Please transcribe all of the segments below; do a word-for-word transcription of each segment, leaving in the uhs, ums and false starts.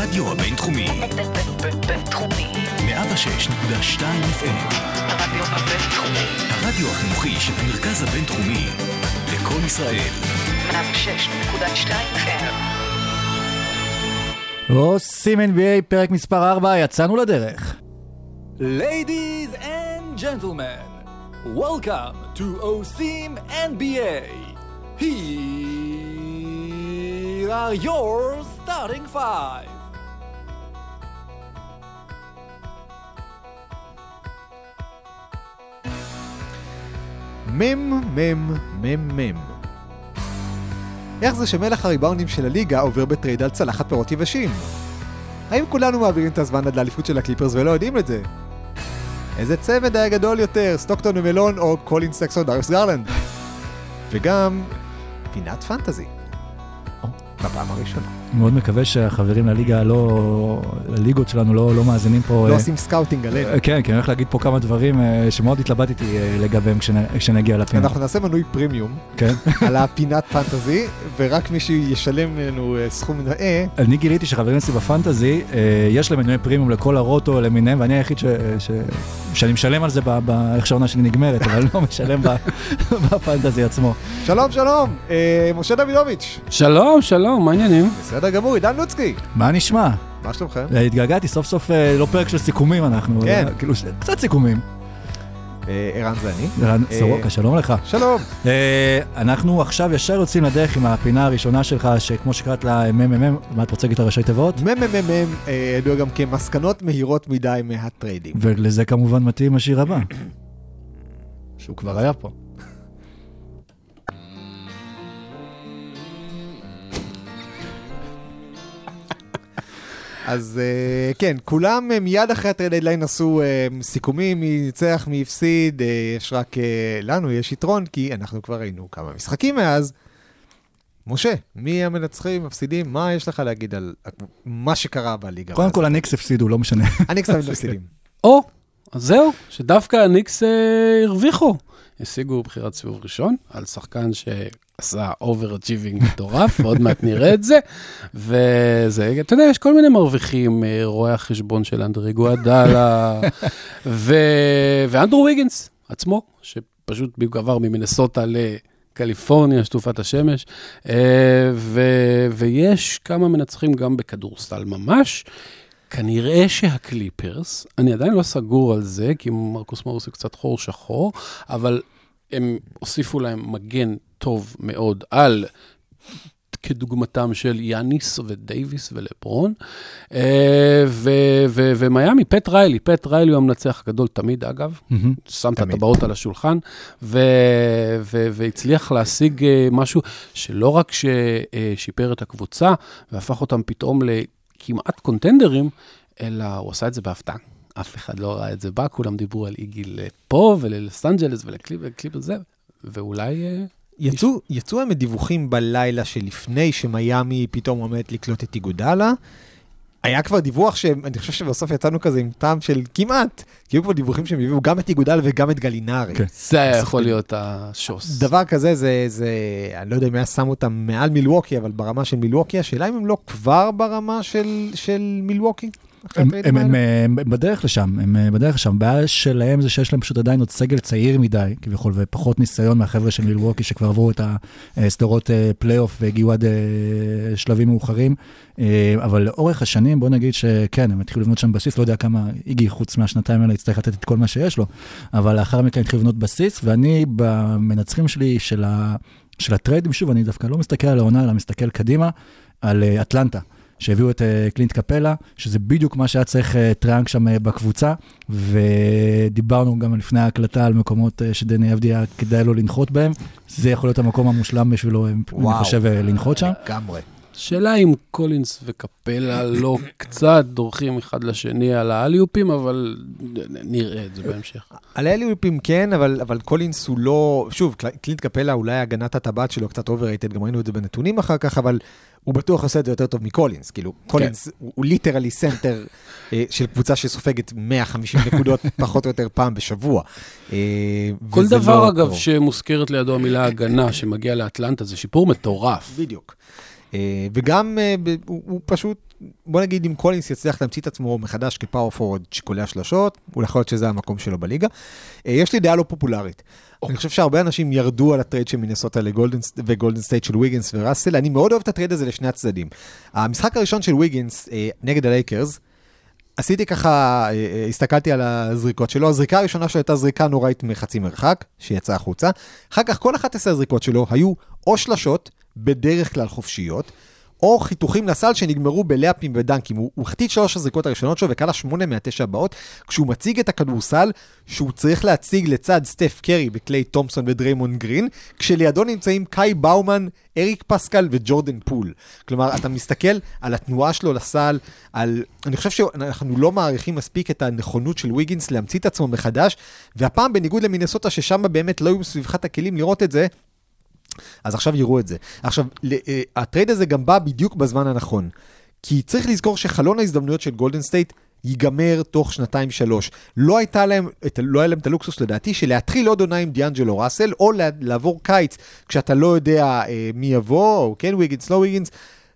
הרדיו הבינתחומי. בינתחומי. מאה ושש נקודה שתיים אף אם. הרדיו הבינתחומי. הרדיו החינוכי של המרכז הבינתחומי. לקול ישראל. מאה ושש נקודה שתיים אף אם. עושים אן בי איי פרק מספר ארבע, יצאנו לדרך. Ladies and gentlemen, welcome to עושים אן בי איי. Here are your starting five. מם, מם, מם, מם. איך זה שמלך הריבאונדים של הליגה עובר בטרייד על צלחת פירות יבשים? האם כולנו מעבירים את הזמן עד לאליפות של הקליפרס ולא יודעים את זה? איזה צמד היה גדול יותר, סטוקטון ומלון או קולין סקסון דריוס גרלנד? וגם פינת פנטזי. או, בפעם הראשונה. מאוד מקווה שהחברים לליגה לא, לליגות שלנו לא, לא מאזינים פה. לא עושים סקאוטינג עלינו. כן, כי אני הולך להגיד פה כמה דברים שמאוד התלבטתי לגביהם כשנגיע לפינה. אנחנו נעשה מנוי פרימיום על הפינת פנטזי, ורק מי שישלם לנו סכום נאה. אני גיליתי שחברים אצלי בפנטזי, יש להם מנוי פרימיום לכל הרוטו למיניהם, ואני היחיד שאני משלם על זה באיך שהעונה שלי נגמרת, אבל לא משלם בפנטזי עצמו. שלום, שלום, משה דוידוביץ'. שלום, שלום, מה העניינים? בסדר גמור, עידן לוצקי. מה נשמע? מה שלומכם? התגעגעתי, סוף סוף לא פרק של סיכומים אנחנו. כן. כאילו, קצת סיכומים. ערן זה אני. ערן סורוקה, שלום לך. שלום. אנחנו עכשיו ישר יוצאים לדרך עם הפינה הראשונה שלך, שכמו שקראת לה מממם, מה את רוצה להגיד את הראשי תיבות? מממם, ידוע גם כמסקנות מהירות מדי מהטריידים. ולזה כמובן מתאים השיר הבא. שהוא כבר היה פה. אז כן, כולם מיד אחרי הטרייד דדליין עשו סיכומים, מי ניצח, מי הפסיד, יש רק לנו, יש יתרון, כי אנחנו כבר ראינו כמה משחקים מאז. משה, מי המנצחים, מפסידים, מה יש לך להגיד על מה שקרה בליגה? קודם כל הניקס הפסידו, לא משנה. הניקס תמיד מפסידים. או, אז זהו, שדווקא הניקס הרוויחו. השיגו בחירת סיבוב ראשון על שחקן ש... עשה אובר-אצ'יבינג מטורף, ועוד מעט נראה את זה, וזה, אתה יודע, יש כל מיני מרוויחים, רואי החשבון של אנדרי גואדלה, ואנדרו ויגינס עצמו, שפשוט עבר ממנסוטה לקליפורניה, שטופת השמש, ויש כמה מנצחים גם בכדורסל ממש, כנראה שהקליפרס, אני עדיין לא סגור על זה, כי מרקוס מוריס הוא קצת חור שחור, אבל הם הוסיפו להם מגן טוב מאוד על כדוגמתם של יאניס ודייביס ולברון, ומיימי, פט ריילי, פט ריילי הוא המנצח הגדול תמיד, אגב, שמת את הטבעות על השולחן, והצליח להשיג משהו שלא רק ששיפר את הקבוצה, והפך אותם פתאום לכמעט קונטנדרים, אלא הוא עשה את זה בהפתעה. אף אחד לא ראה את זה בה, כולם דיברו על איגי לפה וללוס אנג'לס ולקליפ הזה, ואולי... יצאו, יצאו הם דיווחים בלילה שלפני שמיימי פתאום עומדת לקלוט את איגודלה. היה כבר דיווח שאני חושב שבסוף יצאנו כזה עם טעם של כמעט, כי היו פה דיווחים שהם הביאו גם את איגודלה וגם את גלינרי. זה היה יכול להיות השוס. דבר כזה, זה, זה, אני לא יודע אם היה שם אותם מעל מילווקי, אבל ברמה של מילווקי, השאלה אם הם לא כבר ברמה של, של מילווקי? הם, הם, הם, הם בדרך לשם, הם בדרך לשם. הבעיה שלהם זה שיש להם פשוט עדיין עוד סגל צעיר מדי, כביכול, ופחות ניסיון מהחבר'ה של מילווקי, שכבר עברו את הסדרות פלייאוף והגיעו עד שלבים מאוחרים. אבל לאורך השנים, בוא נגיד שכן, הם התחילו לבנות שם בסיס, לא יודע כמה איגי חוץ מהשנתיים האלה יצטרך לתת את כל מה שיש לו, אבל לאחר מכן התחילו לבנות בסיס, ואני במנצחים שלי של, ה, של הטריידים, שוב, אני דווקא לא מסתכל על העונה, אלא מסתכל קדימה, על אטלנטה. שהביאו את קלינט קפלה, שזה בדיוק מה שהיה צריך טראנק שם בקבוצה, ודיברנו גם לפני ההקלטה על מקומות שדני אבדיה כדאי לו לנחות בהם, זה יכול להיות המקום המושלם בשבילו, אני חושב, לנחות שם. לגמרי. שאלה אם קולינס וקפלה לא קצת דורכים אחד לשני על האליופים, אבל נראה את זה בהמשך. על האליופים כן, אבל, אבל קולינס הוא לא, שוב, קלינט קפלה אולי הגנת הטבעת שלו קצת אובררייטד, גם ראינו את זה בנתונים אחר כך, אבל הוא בטוח עושה את זה יותר טוב מקולינס, כאילו, קולינס הוא ליטרלי סנטר של קבוצה שסופגת מאה וחמישים נקודות פחות או יותר פעם בשבוע. כל דבר אגב שמוזכרת לידו המילה הגנה שמגיע לאטלנטה, זה שיפור מטורף. בדיוק. וגם הוא פשוט בוא נגיד, אם קולינס יצליח להמציא את עצמו מחדש כפאור פורד שקולע שלשות, אולי יכול להיות שזה המקום שלו בליגה. יש לי דעה לא פופולרית. אני חושב שהרבה אנשים ירדו על הטרייד של מינסוטה וגולדן סטייט של ויגינס וראסל. אני מאוד אוהב את הטרייד הזה לשני הצדדים. המשחק הראשון של ויגינס נגד הלייקרס, עשיתי ככה, הסתכלתי על הזריקות שלו. הזריקה הראשונה שלו הייתה זריקה נוראית מחצי מרחק, שיצאה החוצה. אחר כך כל אחת עשר הזריקות שלו היו או שלשות, בדרך כלל חופשיות, או חיתוכים לסל שנגמרו בלאפים ודנקים. הוא, הוא החטיא שלוש הזריקות הראשונות שלו וקלה שמונה מהתשע הבאות, כשהוא מציג את הכדורסל שהוא צריך להציג לצד סטף קרי וקליי תומפסון ודריימונד גרין, כשלידו נמצאים קאי באומן, אריק פסקל וג'ורדן פול. כלומר, אתה מסתכל על התנועה שלו לסל, על... אני חושב שאנחנו לא מעריכים מספיק את הנכונות של ויגינס להמציא את עצמו מחדש, והפעם בניגוד למינסוטה ששם באמת לא היו סביבך הכלים לראות את זה, אז עכשיו יראו את זה. עכשיו, הטרייד הזה גם בא בדיוק בזמן הנכון, כי צריך לזכור שחלון ההזדמנויות של גולדן סטייט ייגמר תוך שנתיים שלוש. לא הייתה להם, לא היה להם את הלוקסוס לדעתי, שלהתחיל עוד עונה עם דיאנג'לו ראסל, או לעבור קיץ, כשאתה לא יודע מי יבוא, או כן ויגינס, לא ויגינס,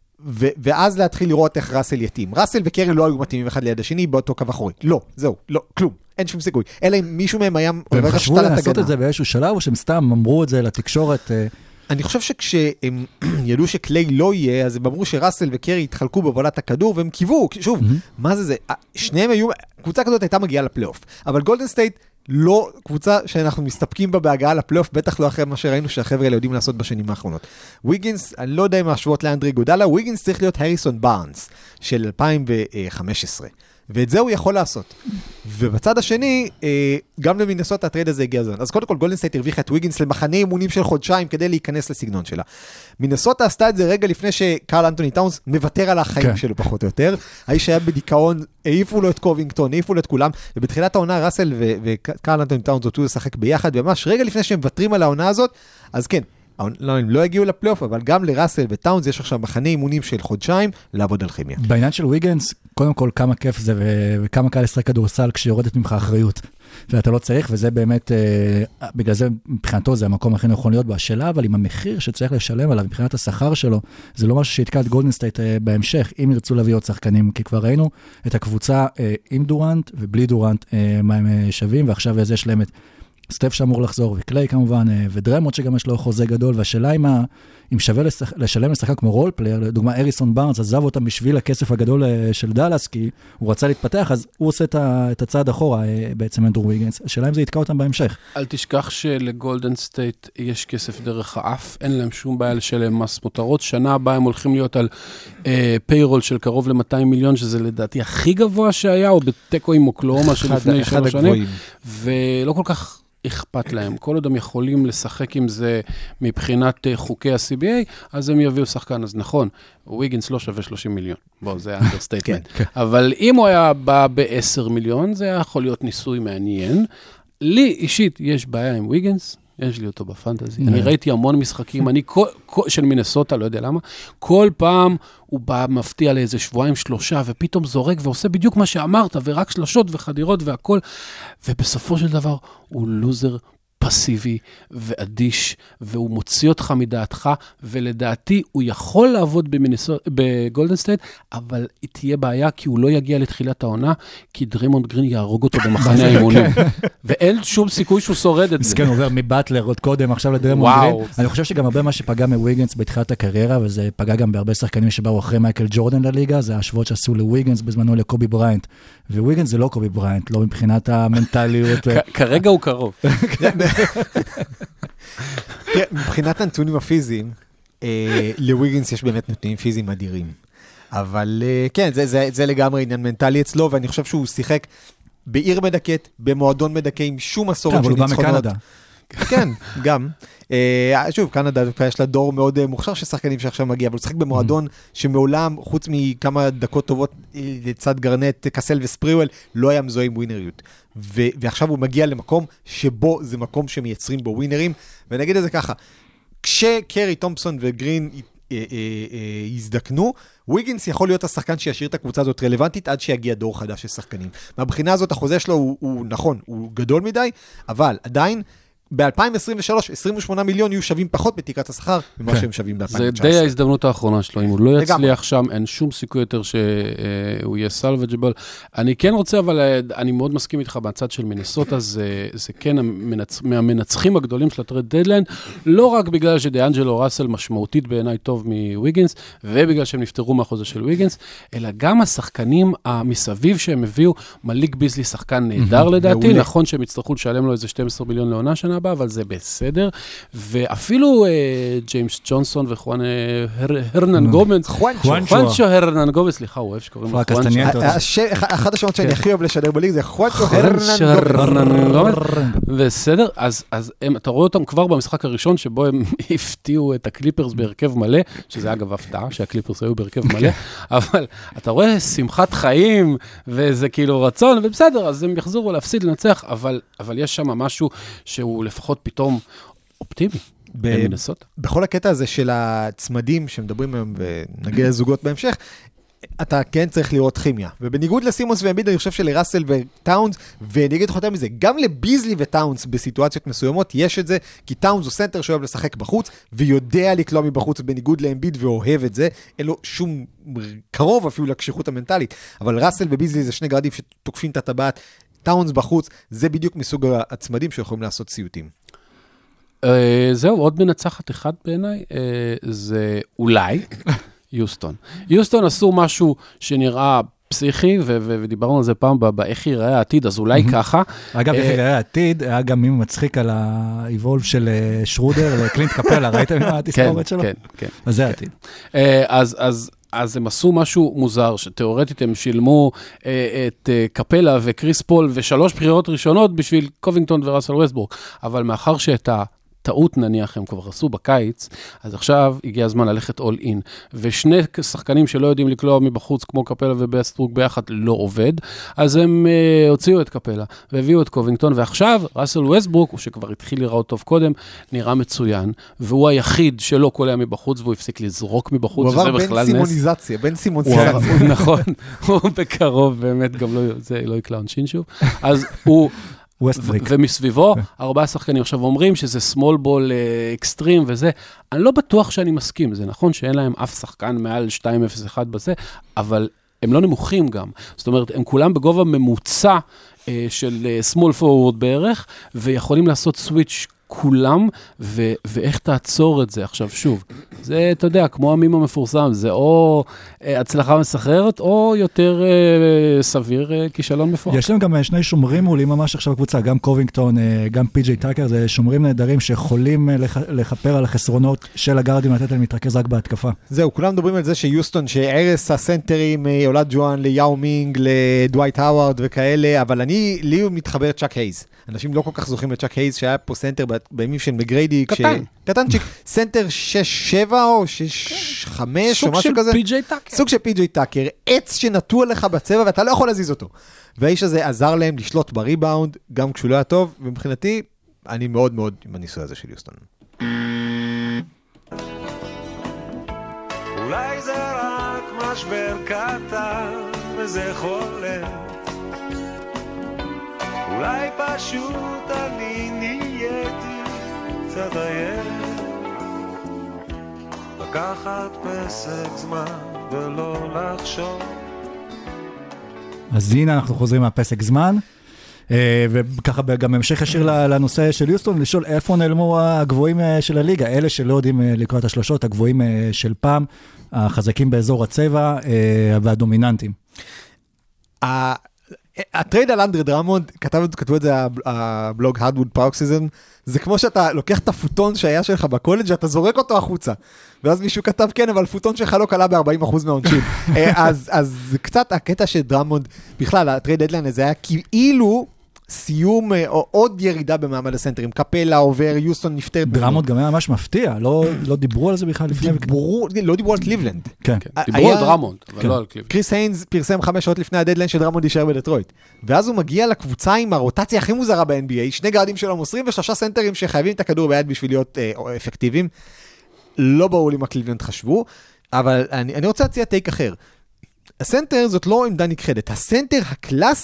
ו- ואז להתחיל לראות איך ראסל יתאים. ראסל וקרי לא היו מתאימים אחד ליד השני באותו קו אחורי. לא, זהו, לא, כלום. אין שום סיכוי. אלא אם מישהו מהם היה... והם חשבו לעשות את זה באיזשהו שלב, או שהם סתם אמרו את זה לתקשורת... אני חושב שכשהם ידעו שקליי לא יהיה, אז הם אמרו שראסל וקרי התחלקו בהובלת הכדור, והם קיוו, שוב, מה זה זה? שניהם היו... קבוצה כזאת הייתה מגיעה לפלייאוף. אבל גולדן סטייט לא קבוצה שאנחנו מסתפקים בה בהגעה לפלייאוף, בטח לא אחרי מה שראינו שהחבר'ה האלה יודעים לעשות בשנים האחרונות. ויגינס, אני לא יודע אם ההשוות לאנדרי גודלה, ויגינס צריך להיות הריסון בארנס של אלפיים וחמש עשרה. ואת זה הוא יכול לעשות. ובצד השני, גם למינסוטה הטרייד הזה הגיע הזמן. אז קודם כל, גולדן סטייט הרוויחה את ויגינס למחנה אימונים של חודשיים כדי להיכנס לסגנון שלה. מינסוטה עשתה את זה רגע לפני שקרל אנטוני טאונס מוותר על החיים שלו פחות או יותר. האיש היה בדיכאון, העיפו לו את קובינגטון, העיפו לו את כולם, ובתחילת העונה ראסל וקרל אנטוני טאונס הוצאו לשחק ביחד, וממש רגע לפני שהם מוותרים על העונה הזאת, אז כן, לא, הם לא הגיעו לפלייאוף, אבל גם לראסל וטאונס יש עכשיו מחנה אימונים של חודשיים לעבוד על כימיה. בעניין של ויגינס, קודם כל כמה כיף זה וכמה קל לשחק כדורסל כשיורדת ממך אחריות. ואתה לא צריך, וזה באמת, בגלל זה מבחינתו זה המקום הכי נכון להיות בשאלה, אבל עם המחיר שצריך לשלם עליו, מבחינת השכר שלו, זה לא משהו שיתקע את גולדן סטייט בהמשך, אם ירצו להביא עוד שחקנים, כי כבר ראינו את הקבוצה עם דורנט ובלי דורנט, מה הם שווים, ועכשיו יש להם את סטף שאמור לחזור, וקליי כמובן, ודרמוט שגם יש לו חוזה גדול, והשאלה אם, ה... אם שווה לשח... לשלם לשחק כמו רול פלייר, לדוגמה אריסון בארנס עזב אותם בשביל הכסף הגדול של דלס, כי הוא רצה להתפתח, אז הוא עושה את הצעד אחורה, בעצם אנדרו ויגינס. השאלה אם זה יתקע אותם בהמשך. אל תשכח שלגולדן סטייט יש כסף דרך האף, אין להם שום בעיה לשלם מס מותרות, שנה הבאה הם הולכים להיות על אה, פיירול של קרוב ל-מאתיים מיליון, שזה לדעתי הכי גבוה שהיה, או בטקו עם אוקלאומה של לפני שלוש שנים, ולא כל כך אכפת להם. כל עוד הם יכולים לשחק עם זה מבחינת חוקי ה-סי בי איי, אז הם יביאו שחקן. אז נכון, ויגינס לא שווה שלושים מיליון. בואו, זה אנדרסטייטמנט. אבל אם הוא היה בא ב-עשרה מיליון, זה יכול להיות ניסוי מעניין. לי אישית יש בעיה עם ויגינס, יש לי אותו בפנטזי. אני ראיתי המון משחקים, אני של מינסוטה, לא יודע למה, כל פעם הוא בא מפתיע לאיזה שבועיים שלושה, ופתאום זורק ועושה בדיוק מה שאמרת, ורק שלשות וחדירות והכל, ובסופו של דבר הוא לוזר פסיבי ואדיש, והוא מוציא אותך מדעתך, ולדעתי הוא יכול לעבוד בגולדן סטייט, אבל היא תהיה בעיה, כי הוא לא יגיע לתחילת העונה, כי דריימונד גרין יהרוג אותו במחנה האימונים. ואין שום סיכוי שהוא שורד את זה. מסכן עובר מבטלר עוד קודם, עכשיו לדריימונד גרין. אני חושב שגם הרבה מה שפגע מוויגינס בתחילת הקריירה, וזה פגע גם בהרבה שחקנים שבאו אחרי מייקל ג'ורדן לליגה, זה ההשוות שעשו לוויגינס בזמנו לקובי בריינט. וויגינס זה לא קובי בריינט, לא מבחינת המנטליות. כרגע הוא קרוב. מבחינת הנתונים הפיזיים, לוויגינס יש באמת נתונים פיזיים אדירים. אבל כן, זה לגמרי עניין מנטלי אצלו, ואני חושב שהוא שיחק בעיר מדכאת, במועדון מדכא, עם שום מסורת של ניצחונות. אבל הוא בא מקנדה. כן, גם. שוב, קנדה יש לה דור מאוד מוכשר של שחקנים שעכשיו מגיע, אבל הוא שחק במועדון שמעולם, חוץ מכמה דקות טובות לצד גרנט, קסל וספריואל, לא היה מזוהה עם ווינריות. ועכשיו הוא מגיע למקום שבו זה מקום שמייצרים בו ווינרים, ונגיד את זה ככה, כשקרי, תומפסון וגרין יזדקנו, ויגינס יכול להיות השחקן שישאיר את הקבוצה הזאת רלוונטית עד שיגיע דור חדש של שחקנים. מהבחינה הזאת החוזה שלו הוא, הוא נכון, הוא גדול מדי, אבל עדיין ב-אלפיים עשרים ושלוש, עשרים ושמונה מיליון יהיו שווים פחות בתקרת השכר ממה שהם שווים ב-אלפיים תשע עשרה. זה די ההזדמנות האחרונה שלו, אם הוא לא יצליח שם, אין שום סיכוי יותר שהוא יהיה סלווג'בל. אני כן רוצה, אבל אני מאוד מסכים איתך בצד של מינסוטה, זה כן מהמנצחים הגדולים של הטרייד דדליין, לא רק בגלל שדיאנג'לו ראסל משמעותית בעיניי טוב מוויגינס, ובגלל שהם נפטרו מהחוזה של ויגינס, אלא גם השחקנים המסביב שהם הביאו, מליק ביזלי שחקן נהדר לדעתי, נכון שהם יצטרכו לשלם לו איזה שנים עשר מיליון לעונה שנה הבאה, אבל זה בסדר, ואפילו ג'יימס ג'ונסון וחואן הרנן גומס, חואנצ'ו הרנן גומס, סליחה, הוא אוהב שקוראים לו חואנצ'ו. אחד השמות שאני הכי אוהב לשדר בליג זה חואנצ'ו הרנן גומס. בסדר, אז אתה רואה אותם כבר במשחק הראשון, שבו הם הפתיעו את הקליפרס בהרכב מלא, שזה אגב הפתעה, שהקליפרס היו בהרכב מלא, אבל אתה רואה שמחת חיים, וזה כאילו רצון, ובסדר, אז הם יחזרו להפסיד, לנצח, אבל, אבל יש שם משהו שהוא לפחות פתאום אופטימי. במינסוטה. בכל הקטע הזה של הצמדים שמדברים היום, ונגיע לזוגות בהמשך, אתה כן צריך לראות כימיה. ובניגוד לסימונס ואמביד, אני חושב שלראסל וטאונס, ואני אגיד יותר מזה, גם לביזלי וטאונס בסיטואציות מסוימות, יש את זה, כי טאונס הוא סנטר שאוהב לשחק בחוץ, ויודע לקלוע מבחוץ בניגוד לאמביד ואוהב את זה, אין לו שום קרוב אפילו לקשיחות המנטלית. אבל ראסל וביזלי זה שני גרדים שתוקפים את הטבעת, טאונס בחוץ, זה בדיוק מסוג הצמדים שיכולים לעשות סיוטים. זהו, עוד מנצחת אחד בעיניי, זה אולי יוסטון. יוסטון עשו משהו שנראה פסיכי, ודיברנו על זה פעם, באיך ייראה העתיד, אז אולי ככה. אגב, איך ייראה העתיד, היה גם מי מצחיק על האיבולף של שרודר, לקלינט קפלה, ראיתם מה התספורת שלו? כן, כן. אז זה העתיד. אז, אז, אז הם עשו משהו מוזר, שתיאורטית הם שילמו את קפלה וקריס פול, ושלוש בחירות ראשונות בשביל קובינגטון וראסל ווסטברוק, אבל מאחר שאת ה... טעות נניח הם כבר עשו בקיץ, אז עכשיו הגיע הזמן ללכת all in, ושני שחקנים שלא יודעים לקלוע מבחוץ, כמו קפלה ובסטרוק ביחד, לא עובד, אז הם uh, הוציאו את קפלה, והביאו את קובינגטון, ועכשיו ראסל ווסטברוק, הוא שכבר התחיל לראות טוב קודם, נראה מצוין, והוא היחיד שלא קולע מבחוץ, והוא הפסיק לזרוק מבחוץ, הוא עבר בין סימוניזציה, בין סימוניזציה. נכון, הוא בקרוב באמת גם לא, זה לא יקלע עונשין שוב, אז הוא... ומסביבו, ארבעה שחקנים עכשיו אומרים שזה small ball אקסטרים וזה, אני לא בטוח שאני מסכים, זה נכון שאין להם אף שחקן מעל שתיים אפס אחת בזה, אבל הם לא נמוכים גם, זאת אומרת, הם כולם בגובה ממוצע של small forward בערך, ויכולים לעשות סוויץ' כולם, ו- ואיך תעצור את זה עכשיו שוב. זה, אתה יודע, כמו המים המפורסם, זה או אה, הצלחה מסחררת, או יותר אה, סביר אה, כישלון מפורט. יש להם גם שני שומרים מולים ממש עכשיו בקבוצה, גם קובינגטון, אה, גם פי-ג'יי טאקר, זה שומרים נהדרים שיכולים אה, לח- לחפר על החסרונות של הגארדים, לתת להם להתרכז רק בהתקפה. זהו, כולם מדברים על זה שיוסטון, שערס הסנטרים, יולד ג'ואן, ליאו מינג, לדווייט האווארד וכאלה, אבל אני, לי הוא מתחבר צ'אק הייז. אנשים לא כל כך זוכים לצ'אק הייז, שהיה פה סנטר בימים של מגריידי. קטן. קטנצ'יק, סנטר שש שבע או שש חמש או משהו כזה. סוג של פי-ג'יי טאקר. סוג של פי-ג'יי טאקר. עץ שנטוע לך בצבע ואתה לא יכול להזיז אותו. והאיש הזה עזר להם לשלוט בריבאונד, גם כשהוא לא היה טוב, ומבחינתי, אני מאוד מאוד עם הניסוי הזה של יוסטון. אולי זה רק משבר קטן וזה חולף, אולי פשוט אני נהייתי קצת עייף, לקחת פסק זמן ולא לחשוב. אז הנה אנחנו חוזרים מהפסק זמן, וככה גם המשך ישיר לנושא של יוסטון, לשאול איפה נעלמו הגבוהים של הליגה, אלה שלא יודעים לקרוא את השלושות, הגבוהים של פעם, החזקים באזור הצבע והדומיננטים. הטרייד על אנדרי דרמונד, כתבו את זה הבלוג Hardwood Paroxysm, זה כמו שאתה לוקח את הפוטון שהיה שלך בקולג' ואתה זורק אותו החוצה, ואז מישהו כתב כן, אבל הפוטון שלך לא קלה ב-ארבעים אחוז מהעונשין. אז, אז קצת הקטע של דרמונד, בכלל, הטרייד דדליין הזה היה כאילו סיום או עוד ירידה במעמד הסנטרים, קפלה עובר, יוסטון נפטרת. דרמונד גם היה ממש מפתיע, לא, לא דיברו על זה בכלל לפני. דיברו, לא דיברו על קליבלנד. כן. דיברו על דרמונד, אבל לא על קליבלנד. קריס היינס פרסם חמש שעות לפני הדדליין שדרמונד יישאר בדטרויט. ואז הוא מגיע לקבוצה עם הרוטציה הכי מוזרה ב-אן בי איי, שני גארדים שלו מוסרים ושלושה סנטרים שחייבים את הכדור ביד בשביל להיות אה, אפקטיביים. לא ברור לי מה קליבלנד חשבו, אבל אני, אני רוצה להציע טייק אחר. הסנטר זאת לא עמדה נכחדת. הסנטר הקלאסי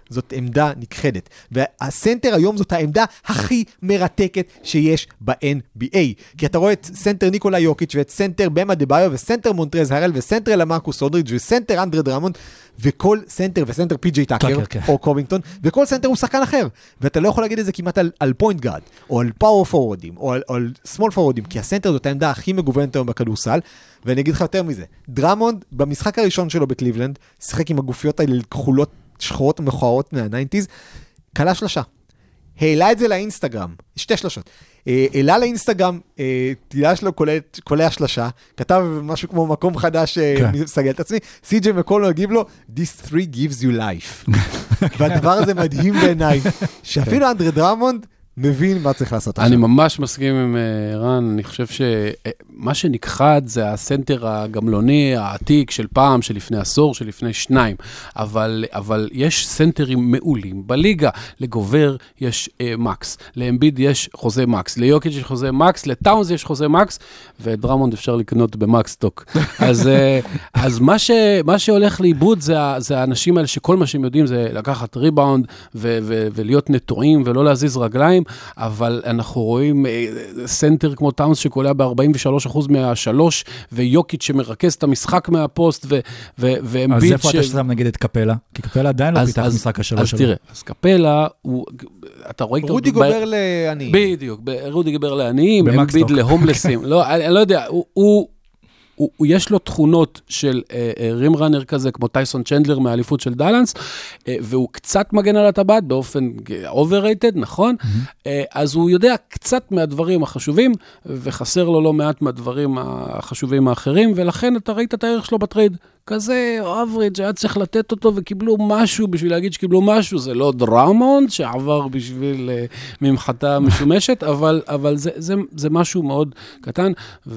זאת עמדה נכחדת. והסנטר היום זאת העמדה הכי מרתקת שיש ב-אן בי איי. כי אתה רואה את סנטר ניקולה יוקיץ' ואת סנטר במה דבאיו וסנטר מונטרז הרל וסנטר למרקוס אודריץ' וסנטר אנדרה דרמונד וכל סנטר וסנטר פי ג'יי טאקר או קובינגטון וכל סנטר הוא שחקן אחר. ואתה לא יכול להגיד את זה כמעט על, על פוינט גארד או על פאוור פורורדים או על, על סמול פורורדים, כי הסנטר זאת העמדה הכי מגוונת היום בכדורסל. ואני אגיד לך יותר מזה, דרמונד במשחק הראשון שלו בקליבלנד שיחק עם הגופיות האלה כחולות שחורות ומכוערות מה-תשעים, קלה שלושה. העלה את זה לאינסטגרם, שתי שלושות. העלה לאינסטגרם, תהילה שלו קולע שלושה, כתב משהו כמו מקום חדש, מסגל את עצמי, סי.ג'יי מקולו הגיב לו, This three gives you life. והדבר הזה מדהים בעיניי, שאפילו אנדרה דרמונד, מבין מה צריך לעשות. אני ממש מסכים עם רן, אני חושב שמה שנכחד זה הסנטר הגמלוני, העתיק של פעם, של לפני עשור, של לפני שניים, אבל, אבל יש סנטרים מעולים. בליגה, לגובר יש אה, מקס, לאמביד יש חוזה מקס, ליוקיץ' יש חוזה מקס, לטאונס יש חוזה מקס, ודרמונד אפשר לקנות במקס טוק. אז, אה, אז מה, ש, מה שהולך לאיבוד זה, זה האנשים האלה שכל מה שהם יודעים זה לקחת ריבאונד ו, ו, ולהיות נטועים ולא להזיז רגליים, אבל אנחנו רואים סנטר כמו טאונס שקולע ב-ארבעים ושלושה אחוז מהשלוש, ויוקיץ' שמרכז את המשחק מהפוסט, ואמביד ש... אז איפה אתה שזם נגיד את קפלה? כי קפלה עדיין לא פיתח משחק השלוש שלו. אז תראה, אז קפלה הוא... אתה רואה... רודי גובר לעניים. בדיוק, רודי גובר לעניים, אמביד להומלסים. לא, אני לא יודע, הוא... הוא, הוא יש לו תכונות של אה, אה, רים ראנר כזה, כמו טייסון צ'נדלר מהאליפות של דלנס, אה, והוא קצת מגן על הטבעת, באופן overrated, נכון? Mm-hmm. אה, אז הוא יודע קצת מהדברים החשובים, וחסר לו לא מעט מהדברים החשובים האחרים, ולכן אתה ראית את הערך שלו בטרייד. כזה, אבריג' היה צריך לתת אותו, וקיבלו משהו, בשביל להגיד שקיבלו משהו, זה לא דרמונד, שעבר בשביל אה, ממחתה משומשת, אבל, אבל זה, זה, זה משהו מאוד קטן,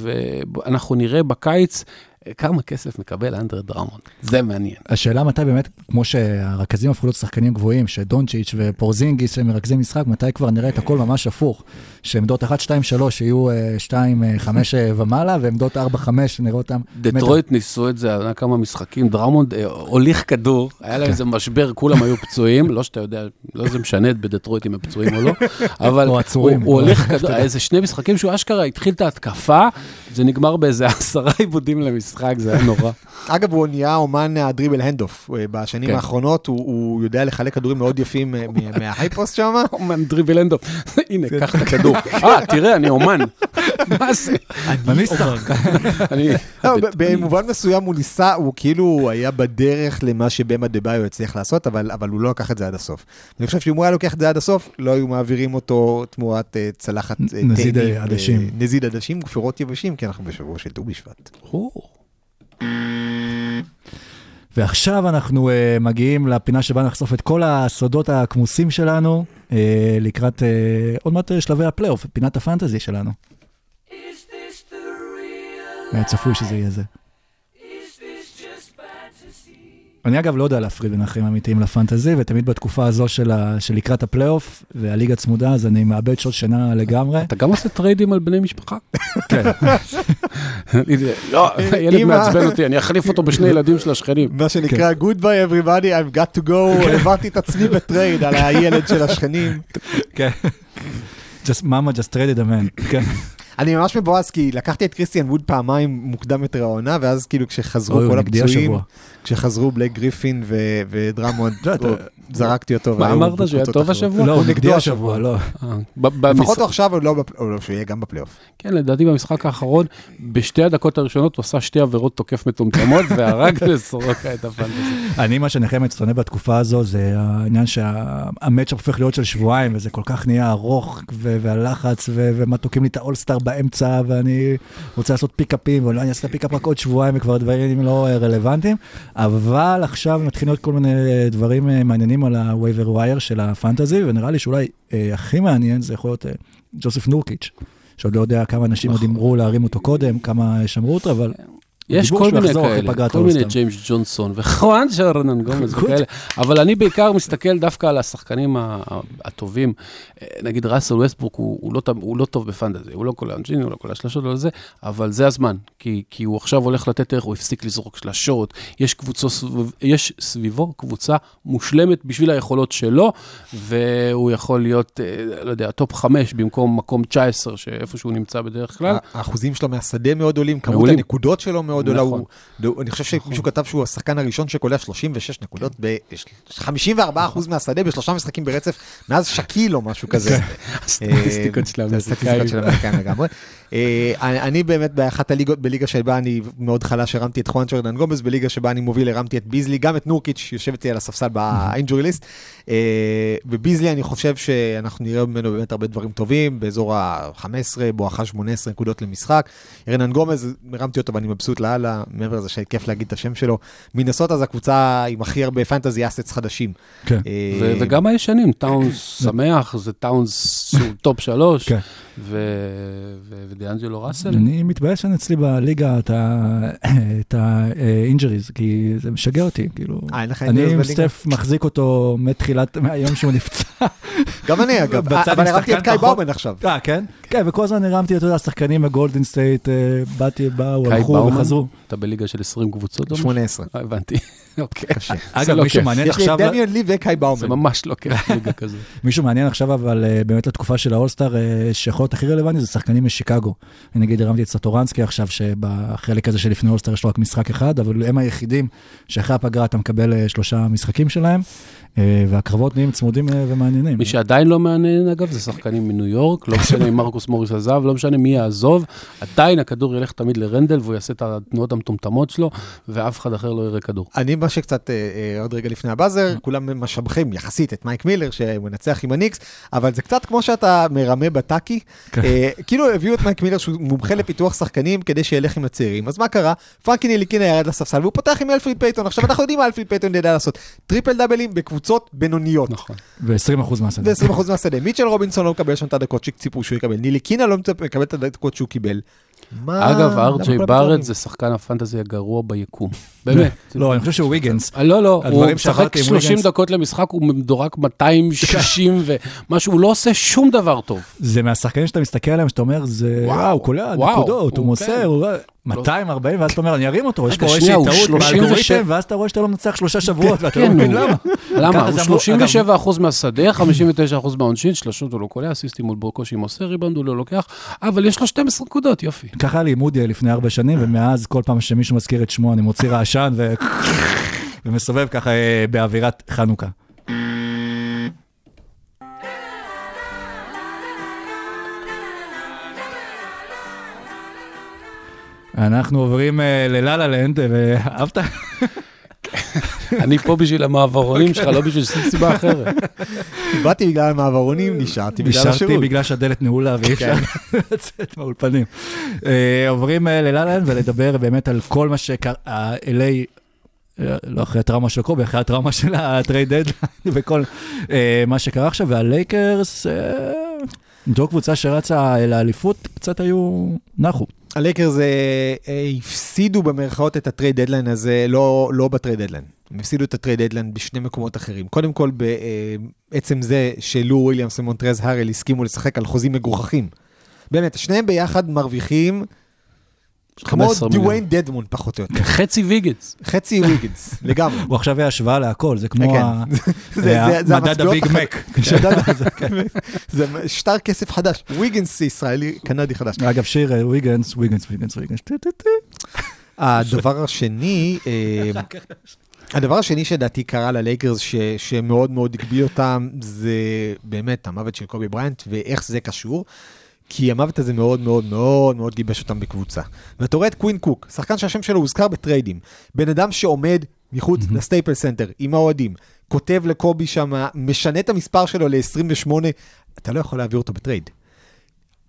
ואנחנו נראה בקיץ, כמה כסף מקבל אנדרה דרמונד. זה מעניין. השאלה מתי באמת, כמו שהרכזים הפכו להיות שחקנים גבוהים, שדונצ'יץ' ופורזינגיס שמרכזים משחק, מתי כבר נראה את הכל ממש הפוך, שעמדות אחת, שתיים, שלוש יהיו שתיים, חמש ומעלה, ועמדות ארבע, חמש נראה אותם. דטרויט ניסו את זה, היה כמה משחקים, דרמונד הוליך כדור, היה להם איזה משבר, כולם היו פצועים, לא שאתה יודע, לא זה משנה בדטרויט אם הם פצועים או לא, אבל הוא הוליך כדור, איזה שני משחקים שהוא אשכרה התחיל את ההתקפה, זה נגמר באיזה עשרה עיבודים למשחק, זה היה נורא. אגב, הוא נהיה אומן הדריבל הנדוף. בשנים האחרונות הוא יודע לחלק כדורים מאוד יפים מההייפוסט שם. אומן דריבל הנדוף. הנה, קח את הכדור. אה, תראה, אני אומן. מה זה? אני שחקן. במובן מסוים הוא ניסה, הוא כאילו היה בדרך למה שבמה דבאיו הצליח לעשות, אבל הוא לא לקח את זה עד הסוף. אני חושב שאם הוא היה לוקח את זה עד הסוף, לא היו מעבירים אותו תמורת צלחת נזיד עדשים. נזיד עדשים ופירות יבשים, כי אנחנו בשבוע של ט"ו בשבט. ועכשיו אנחנו uh, מגיעים לפינה שבה נחשוף את כל הסודות הכמוסים שלנו, uh, לקראת uh, עוד מעט שלבי הפלייאוף, פינת הפנטזי שלנו. צפוי שזה יהיה זה. אני אגב לא יודע להפריד בין אחרים אמיתיים לפנטזי, ותמיד בתקופה הזו של, ה, של לקראת הפלייאוף, והליגה צמודה, אז אני מאבד שעות שינה לגמרי. אתה גם עושה טריידים על בני משפחה? כן. לא, הילד מעצבן אותי, אני אחליף אותו בשני ילדים של השכנים. מה שנקרא, goodbye everybody, I've got to go, העברתי את עצמי בטרייד על הילד של השכנים. כן. Mama just traded a man. כן. אני ממש מבואס, כי לקחתי את קריסטיאן ווד פעמיים מוקדם יותר העונה, ואז כאילו כשחזרו כל הפצועים, כשחזרו בלייק גריפין ודרמונד, זרקתי אותו. מה אמרת, שהוא היה טוב השבוע? לא, הוא נגדי השבוע, לא. לפחות הוא עכשיו, או לא, שהוא יהיה גם בפלייאוף. כן, לדעתי במשחק האחרון, בשתי הדקות הראשונות, הוא עשה שתי עבירות תוקף מטומטמות, והרג לסורוקה את הפנטזי. אני, מה שנחם מצטונה בתקופה הזו, זה העניין שהמאץ' הופך להיות של שבועיים, וזה כל כך נהיה ארוך, והלחץ, ומתוקים לי את האולסטאר באמצע, ואני רוצה לעשות פיקאפים, ואולי אני אעשה פיקאפ רק עוד שבועיים, וכבר דברים לא רלוונטיים, אבל עכשיו מתחילים להיות כל מיני דברים מעניינים על ה-waiver wire של הפנטזי, ונראה לי שאולי אה, הכי מעניין זה יכול להיות אה, ג'וסף נורקיץ', שעוד לא יודע כמה אנשים עוד אמרו להרים אותו קודם, כמה שמרו אותו, אבל יש דיבור כל שהוא מיני יחזור אחרי כאלה, פגרת כל מיני האולסטאר. ג'יימס ג'ונסון וחואן שרנן גומז וכאלה, אבל אני בעיקר מסתכל דווקא על השחקנים ה- הטובים, נגיד ראסל ווסטברוק, הוא, הוא, לא, הוא לא טוב בפנטזי, הוא לא כל האנג'ין, הוא לא כל השלשות, לא זה, אבל זה הזמן, כי, כי הוא עכשיו הולך לתת ערך, הוא הפסיק לזרוק שלשות, יש, קבוצו, יש סביבו קבוצה מושלמת בשביל היכולות שלו, והוא יכול להיות, לא יודע, טופ חמש במקום מקום תשע עשרה, שאיפה שהוא נמצא בדרך כלל. האחוזים שלו מהשדה מאוד עולים, כמות מעולים. הנקודות שלו מאוד עולה. נכון. הוא- אני חושב שמישהו כתב שהוא השחקן הראשון שקולע שלושים ושש נקודות, ב-חמישים וארבעה אחוז מהשדה בשלושה משחקים ברצף, מאז שקיל או משהו כזה. הסטטיסטיקות של הסטטיסטיקות של האמריקאים לגמרי. אה, אני אני באמת באחת הליגות, בליגה שבה אני מאוד חלש, הרמתי את חואן שרנן גומז, בליגה שבה אני מוביל, הרמתי את ביזלי, גם את נורקיץ', יושב איתי על הספסל באינג'ורי ליסט. בביזלי אני חושב שאנחנו נראה ממנו באמת הרבה דברים טובים, באזור ה-חמש עשרה, בואכה שמונה עשרה נקודות למשחק. רנן גומז, הרמתי אותו ואני מבסוט לאללה, מעבר לזה שכיף להגיד את השם שלו. מינסוטה זה הקבוצה עם הכי הרבה פנטזי אסטס חדשים. כן. אה, ו- וגם הישנים, טאונס שמח, זה טאונס שהוא טופ שלוש, כן. ו- ו- ודיאנג'לו ראסל. אני מתבייש שאני אצלי בליגה את האינג'ריז, כי זה משגע אותי, כאילו. אה, אין לך אני אינג'ריז עם בליגה? סטף מחזיק אותו מתחילת, מהיום שהוא נפצע. גם אני אגב, בצד אבל עם הרמתי את שחקן קאי פחות. באומן עכשיו. אה, כן? כן, וכל הזמן הרמתי את השחקנים בגולדן סטייט, אה, באתי, באו, קאי הלכו באומן? וחזרו. אתה בליגה של עשרים קבוצות? או משהו? שמונה עשרה. אה, הבנתי. אוקיי. קשה. זה אגב, לא מישהו כיף. מעניין יש לי את עכשיו, דמיון לי וקאי זה באומן. ממש לא כיף ליגה כזה. מישהו מעניין עכשיו, אבל אה, באמת לתקופה של האולסטאר, אה, שיכול להיות הכי רלוונטי, זה שחקנים משיקגו. אני נגיד הרמתי את סטורנסקי עכשיו, שבחלק הזה שלפני אולסטאר יש לו רק משחק אחד, אבל הם היחידים שאחרי הפגרה אתה מקבל אה, שלושה משחקים שלהם, אה, והקרבות נהיים צמודים אה, ומעניינים. מי שעדיין לא מעניין, אגב, זה שחקנים מניו יורק, לא משנה אם מרקוס מוריס עזב, לא משנה מי יעזוב, עדיין הכדור ילך תמיד לרנדל, והוא יעשה את התנועות המטומטמות שלו, ואף אחד אחר לא יראה כדור. אני מה שקצת אה, אה, עוד רגע לפני הבאזר, כולם משבחים יחסית את מייק מילר, שהוא מנצח עם הניקס, אבל זה קצת כמו שאתה מרמה בטאקי, אה, כאילו הביאו את מייק מילר שהוא מומחה לפיתוח שחקנים כדי שילך עם הצעירים. אז מה קרה? פרנקי ניליקינה ירד לספסל, והוא פותח עם אלפריד פייטון. עכשיו אנחנו יודעים מה אלפריד פייטון ידע לעשות. טריפל דאבלים בקבוצות בינוניות. נכון. ו-עשרים אחוז מהשדה. ו-עשרים אחוז מהשדה. מיטשל רובינסון לא מקבל שם את הדקות שציפו שהוא יקבל. ניליקינה לא מקבל את הדקות שהוא קיבל. מה? אגב, למה אר-ג'יי כל בארט הפתרונים? זה שחקן הפנטזי הגרוע ביקום. באמת. לא, אני חושב שהוא ויגנס. לא, לא, הוא הדברים משחק שאמרתי עם שלושים ויגנס- דקות למשחק, הוא מדורק מאתיים ושישים ומשהו, הוא לא עושה שום דבר טוב. זה מהשחקנים שאתה מסתכל עליהם, שאתה אומר, זה, וואו, וואו, קולע, וואו, נקודות, הוא הוא מוסר, כן. הוא מאתיים וארבעים, ואז אתה אומר, אני ארים אותו, יש רגע, פה שנייה, איזושהי הוא טעות שלושים באלגוריתם, ושבע. ואז אתה רואה שאתה לא מנצח שלושה שבועות, ואתה לא כן, מבין הוא- למה. למה? ככה הוא זה אמרו- שלושים אגב, ושבע אחוז מהשדה, חמישים ותשע אחוז מהעונשין, שלושות הוא לא קולע, אסיסטים מול בוקושי מוסר, ריבאונד הוא לא לוקח, אבל יש לו שתים עשרה נקודות, יופי. ככה היה לי מודי לפני ארבע שנים, ומאז כל פעם שמישהו מזכיר את שמו, אני מוציא רעשן ו... ומסובב ככה אה, באווירת חנוכה. אנחנו עוברים אה, לללה לנד, ואהבת? אני פה בשביל המעברונים שלך, לא בשביל שום סיבה אחרת. באתי בגלל המעברונים, נשארתי בגלל נשארתי השירות. בגלל שהדלת נעולה ואי אפשר לצאת מהאולפנים. אה, עוברים אה, לללה-לנד ולדבר באמת על כל מה שקרה, אל איי, אה, לא אחרי הטראומה של קובי, אחרי הטראומה של הטרייד דדליין וכל אה, מה שקרה עכשיו, והלייקרס, אה, זו קבוצה שרצה אל האליפות, קצת היו נחו. הלייקרס אה, הפסידו במרכאות את הטרייד דדליין הזה, לא, לא בטרייד דדליין. הם הפסידו את הטרייד דדליין בשני מקומות אחרים. קודם כל, בעצם זה שלו וויליאמס ומונטרז הרל הסכימו לשחק על חוזים מגוחכים. באמת, שניהם ביחד מרוויחים כמו חמישה עשר מיליון. דיוויין דדמון, פחות או יותר. חצי ויגנס. חצי ויגנס, לגמרי. הוא עכשיו היה השוואה להכל, זה כמו כן. ה- זה- זה- זה מדד המצביעות הביג הח- מק. זה שטר כסף חדש. ויגנס ישראלי, קנדי חדש. אגב, שיר אה, ויגנס, ויגנס, ויגנס, ויגנס. טו, טו, טו. הדבר השני, אה, הדבר השני שדעתי קרה ללייקרס, ש- שמאוד מאוד הגביל אותם, זה באמת המוות של קובי בריינט, ואיך זה קשור, כי המוות הזה מאוד מאוד מאוד מאוד גיבש אותם בקבוצה. ואתה רואה את קווין קוק, שחקן שהשם שלו הוזכר בטריידים, בן אדם שעומד מחוץ לסטייפל סנטר, עם האוהדים, כותב לקובי שם, משנה את המספר שלו ל-עשרים ושמונה, אתה לא יכול להעביר אותו בטרייד.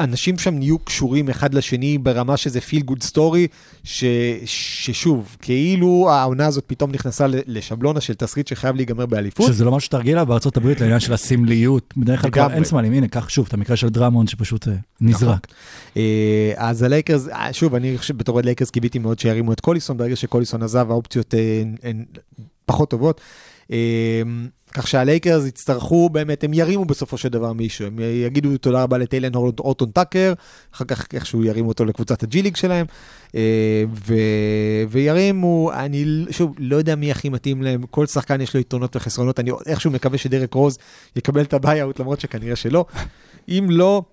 אנשים שם נהיו קשורים אחד לשני ברמה שזה feel good story, ש, ששוב, כאילו העונה הזאת פתאום נכנסה לשבלונה של תסריט שחייב להיגמר באליפות. שזה לא משהו שתרגילה בארצות הברית לעניין של הסמליות, בדרך כלל כבר אין סמלים, הנה, קח שוב את המקרה של דרמונד שפשוט נזרק. אז הלייקרס, שוב, אני חושב בתור הלייקרס קיביתי מאוד שירימו את קוליסון, ברגע שקוליסון עזב, האופציות הן פחות טובות. כך שהלייקרס יצטרכו באמת, הם ירימו בסופו של דבר מישהו, הם יגידו תודה רבה לטיילן אורטון טאקר, אחר כך איכשהו ירימו אותו לקבוצת הג'י-ליג שלהם, ו... וירימו, אני שוב לא יודע מי הכי מתאים להם, כל שחקן יש לו יתרונות וחסרונות, אני איכשהו מקווה שדרק רוז יקבל את הביי-אוט, למרות שכנראה שלא, אם לא,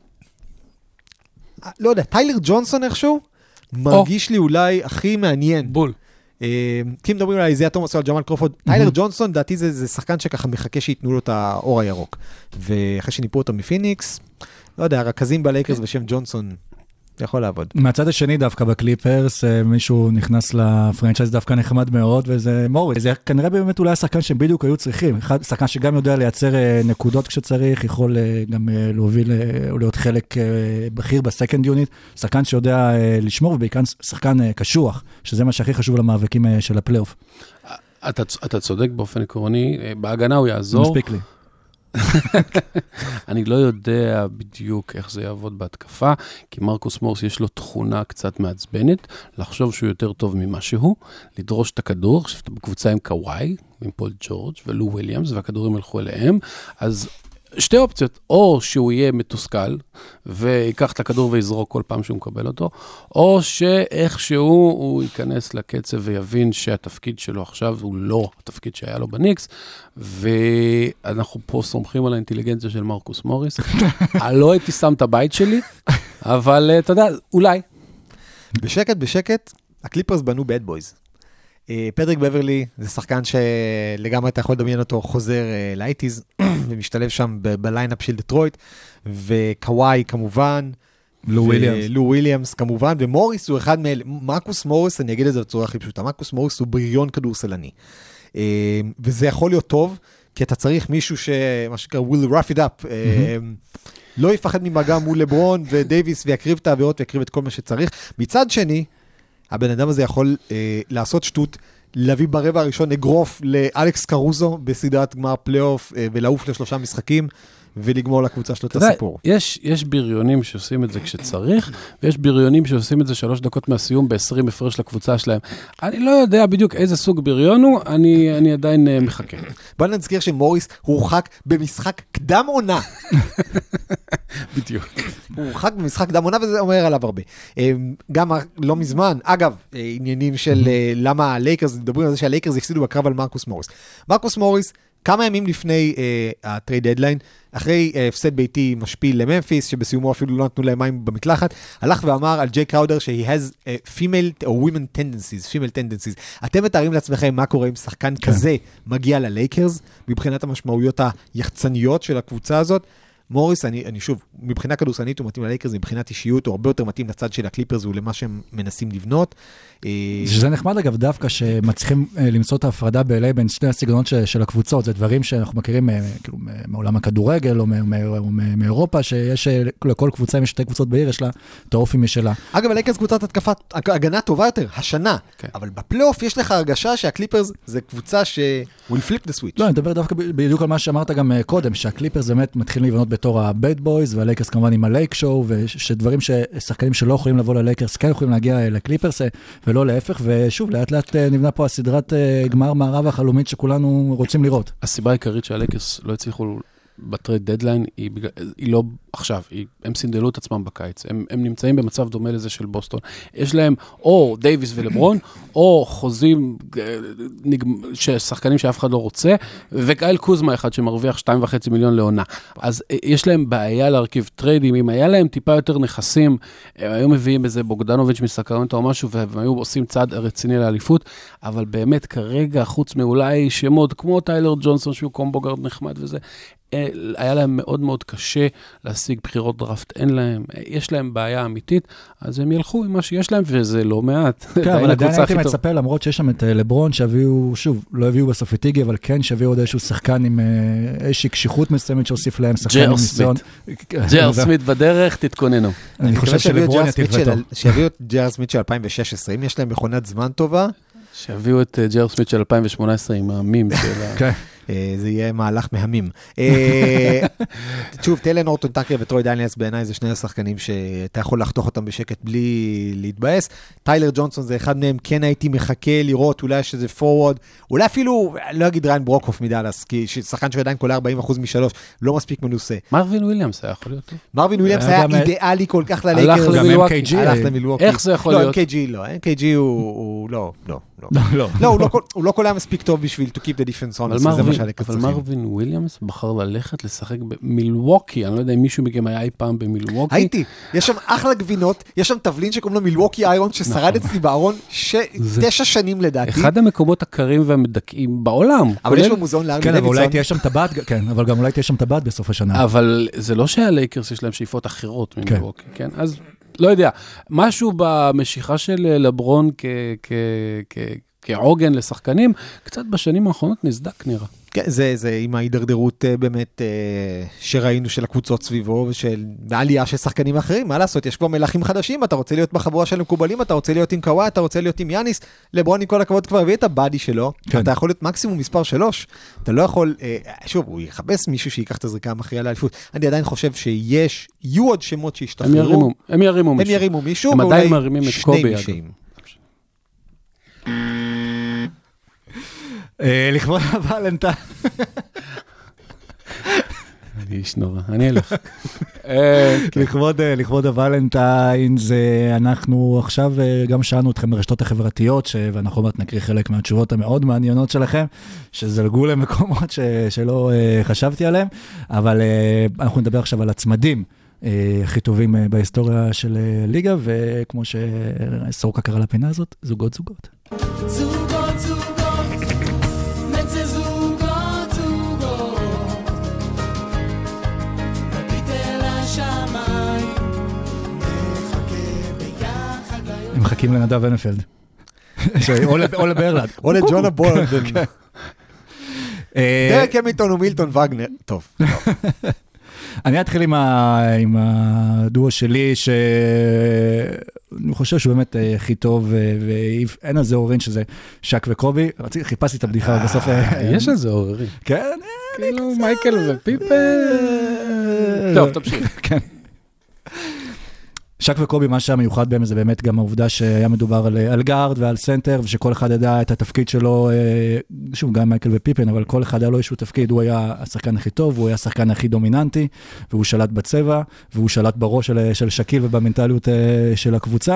לא יודע, טיילר ג'ונסון איכשהו, מרגיש לי אולי הכי מעניין. בול. כי מדברים על איזיה תומאס או על ג'מאל קרופורד, טיילר ג'ונסון, דעתי זה שחקן שככה מחכה שיתנו לו את האור הירוק. ואחרי שניפו אותו מפיניקס, לא יודע, הרכזים בלייקרס בשם ג'ונסון, זה יכול לעבוד. מהצד השני דווקא בקליפרס, מישהו נכנס לפרנצ'ייז דווקא נחמד מאוד, וזה מוריס. זה כנראה באמת אולי שחקן שהם בדיוק היו צריכים. שחקן שגם יודע לייצר נקודות כשצריך, יכול גם להוביל או להיות חלק בכיר בסקנד יוניט. שחקן שיודע לשמור, ובעיקר שחקן קשוח, שזה מה שהכי חשוב למאבקים של הפלייאוף. אתה, אתה צודק באופן עקרוני, בהגנה הוא יעזור. מספיק לי. אני לא יודע בדיוק איך זה יעבוד בהתקפה, כי מרקוס מורס יש לו תכונה קצת מעצבנת, לחשוב שהוא יותר טוב ממה שהוא, לדרוש את הכדור, חשבת בקבוצה עם קוואי, עם פול ג'ורג' ולו וויליאמס, והכדורים הלכו אליהם, אז שתי אופציות, או שהוא יהיה מתוסכל, ויקח את הכדור ויזרוק כל פעם שהוא מקבל אותו, או שאיכשהו הוא ייכנס לקצב ויבין שהתפקיד שלו עכשיו הוא לא התפקיד שהיה לו בניקס, ואנחנו פה סומכים על האינטליגנציה של מרקוס מוריס. אני לא הייתי שם את הבית שלי, אבל אתה יודע, אולי. בשקט, בשקט, הקליפרס בנו בד בויז. פדריק בברלי זה שחקן שלגמרי אתה יכול לדמיין אותו חוזר לאייטיז ומשתלב שם בליינאפ של דטרויט, וקוואי כמובן, לו וויליאמס. לו וויליאמס כמובן, ומוריס הוא אחד מאלה, מרקוס מוריס, אני אגיד את זה בצורה הכי פשוטה, מרקוס מוריס הוא בריון כדורסלני, וזה יכול להיות טוב, כי אתה צריך מישהו שמה שקרה will rough it up, לא יפחד ממגע מול לברון ודייביס ויקריב את העבירות ויקריב את כל מה שצריך. מצד שני, הבן אדם הזה יכול אה, לעשות שטות, להביא ברבע הראשון אגרוף לאלכס קרוזו בסדרת גמר פלייאוף, אה, ולעוף לשלושה משחקים, ולגמור לקבוצה שלו את הסיפור. יש, יש בריונים שעושים את זה כשצריך, ויש בריונים שעושים את זה שלוש דקות מהסיום ב-עשרים הפרש לקבוצה שלהם. אני לא יודע בדיוק איזה סוג בריון הוא, אני, אני עדיין uh, מחכה. בוא נזכיר שמוריס הורחק במשחק קדם עונה. בדיוק. הוא הורחק במשחק קדם עונה, וזה אומר עליו הרבה. גם לא מזמן, אגב, עניינים של למה הלייקרס, מדברים על זה שהלייקרס הפסידו בקרב על מרקוס מוריס. מרקוס מוריס, כמה ימים לפני הטרייד דדליין, אחרי הפסד ביתי משפיל לממפיס, שבסיומו אפילו לא נתנו להם מים במקלחת, הלך ואמר על ג'יי קראודר ש-he has uh, female or women tendencies, female tendencies. אתם מתארים לעצמכם מה קורה אם שחקן כזה מגיע ללייקרס, מבחינת המשמעויות היחצניות של הקבוצה הזאת. מוריס, אני, אני שוב, מבחינה כדורסנית הוא מתאים ללייקרס, מבחינת אישיות הוא הרבה יותר מתאים לצד של הקליפרס ולמה שהם מנסים לבנות. שזה נחמד אגב דווקא שמצליחים למצוא את ההפרדה ב-אל איי בין שני הסגנונות של הקבוצות, זה דברים שאנחנו מכירים כאילו, מעולם הכדורגל או מאירופה, שיש לכל קבוצה, אם יש שתי קבוצות בעיר, יש לה את האופי משלה. אגב, הלייקרס קבוצת התקפה, הגנה טובה יותר, השנה, אבל בפלייאוף יש לך הרגשה שהקליפרס זה קבוצה ש... will flip the switch. לא, אני מדבר דווקא בדיוק על מה שאמרת גם קודם, שהקליפרס באמת מתחילים לבנות בתור הבייד בויז, והלייקרס כמובן עם הלייק שואו, ושדברים ששחקנים שלא יכולים לבוא ללייקרס, כן יכולים להגיע לקליפרס, ולא להפך, ושוב, לאט לאט נבנה פה הסדרת גמר מערב החלומית שכולנו רוצים לראות. הסיבה העיקרית שהלייקרס לא הצליחו בטרייד דדליין, היא, היא לא עכשיו, היא, הם סינדלו את עצמם בקיץ, הם, הם נמצאים במצב דומה לזה של בוסטון, יש להם או דייביס ולברון, או חוזים ששחקנים שאף אחד לא רוצה, וקייל קוזמה אחד שמרוויח שתיים וחצי מיליון לעונה, אז יש להם בעיה להרכיב טריידים, אם היה להם טיפה יותר נכסים, הם היו מביאים איזה בוגדנוביץ' מסקרמנטו או משהו, והם היו עושים צעד רציני לאליפות, אבל באמת כרגע, חוץ מאולי שמות כמו טיילר ג'ונסון, שהוא קומבוגרד נחמד וזה, היה להם מאוד מאוד קשה להשיג בחירות דראפט, אין להם, יש להם בעיה אמיתית, אז הם ילכו עם מה שיש להם, וזה לא מעט. כן, אבל עדיין הייתי מצפה, למרות שיש שם את לברון, שהביאו, שוב, לא הביאו בסוף את איגי, אבל כן שהביאו עוד איזשהו שחקן עם איזושהי קשיחות מסוימת, שהוסיף להם שחקן עם ניסיון. ג'ר סמית בדרך, תתכוננו. אני חושב שלברון יתיב וטוב. שהביאו את ג'ר סמית של אלפיים ושש עשרה, אם יש להם מכונת זמן טובה, שהביאו את ג'ר סמית של אלפיים ושמונה עשרה עם המים שלה. כן. זה יהיה מהלך מהמים. שוב, טלן אורטון טאקר וטרוי דיינליאס בעיניי זה שני השחקנים שאתה יכול לחתוך אותם בשקט בלי להתבאס. טיילר ג'ונסון זה אחד מהם, כן הייתי מחכה לראות, אולי שזה פורוורד, אולי אפילו, לא אגיד ריין ברוקהוף מדאלאס, כי שחקן שעדיין קולה ארבעים אחוז משלוש, לא מספיק מנוסה. מרווין וויליאמס היה יכול להיות טוב. מרווין וויליאמס היה אידיאלי כל כך ללייקרס. הלך למילווקי. הלך למילווקי. איך זה יכול לא, להיות? אם קיי ג'י לא, אם קיי ג'י הוא לא, לא. לא, הוא לא קולה מספיק טוב בשביל to keep the defense honest, וזה מה שהלקס צריכים. אבל מרווין וויליאמס בחר ללכת לשחק במילווקי, אני לא יודע אם מישהו מכם היה אי פעם במילווקי. הייתי, יש שם אחלה גבינות, יש שם תבלין שקוראים לו מילווקי איירון, ששרד אצלי בארון תשע שנים לדעתי. אחד המקומות הקרים והמדכאים בעולם. אבל יש במוזיאון לארני כן, אבל דוידסון. אולי תהיה שם טבעת, כן, אבל גם אולי תהיה שם טבעת בסוף השנה. אבל זה לא שהלייקרס יש להם שאיפות אחרות ממילווקי, כן? אז לא יודע, משהו במשיכה של לברון כעוגן לשחקנים, קצת בשנים האחרונות נסדק נראה. כן, זה, זה עם ההידרדרות באמת שראינו של הקבוצות סביבו, ושל העלייה של שחקנים אחרים, מה לעשות? יש כבר מלכים חדשים, אתה רוצה להיות בחבורה של מקובלים, אתה רוצה להיות עם קוואי, אתה רוצה להיות עם יאניס, לברון עם כל הכבוד כבר הביא את הבאדי שלו, כן. אתה יכול להיות מקסימום מספר שלוש, אתה לא יכול, שוב, הוא יחפש מישהו שיקח את הזריקה המכריעה לאליפות, אני עדיין חושב שיש, יהיו עוד שמות שישתחררו, הם ירימו, הם ירימו מישהו, הם ירימו מישהו, הם עדיין מרימים את קובי, לכבוד הוולנטיין. אני איש נורא, אני אלך. לכבוד הוולנטיין, אנחנו עכשיו גם שאלנו אתכם ברשתות החברתיות, ואנחנו עוד נקריא חלק מהתשובות המאוד מעניינות שלכם, שזלגו למקומות שלא חשבתי עליהם, אבל אנחנו נדבר עכשיו על הצמדים הכי טובים בהיסטוריה של ליגה, וכמו שסורקה קרא לפינה הזאת, זוגות זוגות. זוגות זוגות. הם מחכים לנדב ונפלד. או לברלד. או לג'ונה בולדן. דרק המיטון ומילטון וגנר. טוב. אני אתחיל עם הדואו שלי, שאני חושב שהוא באמת הכי טוב, ואין על זה עוררין שזה שק וקובי. חיפשתי את הבדיחה בסוף. יש על זה עוררין. כן. כאילו מייקל ופיפן. טוב, תמשיך. כן. שק וקובי, מה שהיה מיוחד בהם, זה באמת גם העובדה שהיה מדובר על, על גארד ועל סנטר, ושכל אחד ידע את התפקיד שלו, שוב, גם מייקל ופיפן, אבל כל אחד היה לו איזשהו תפקיד, הוא היה השחקן הכי טוב, הוא היה השחקן הכי דומיננטי, והוא שלט בצבע, והוא שלט בראש של, של שקיל ובמנטליות של הקבוצה,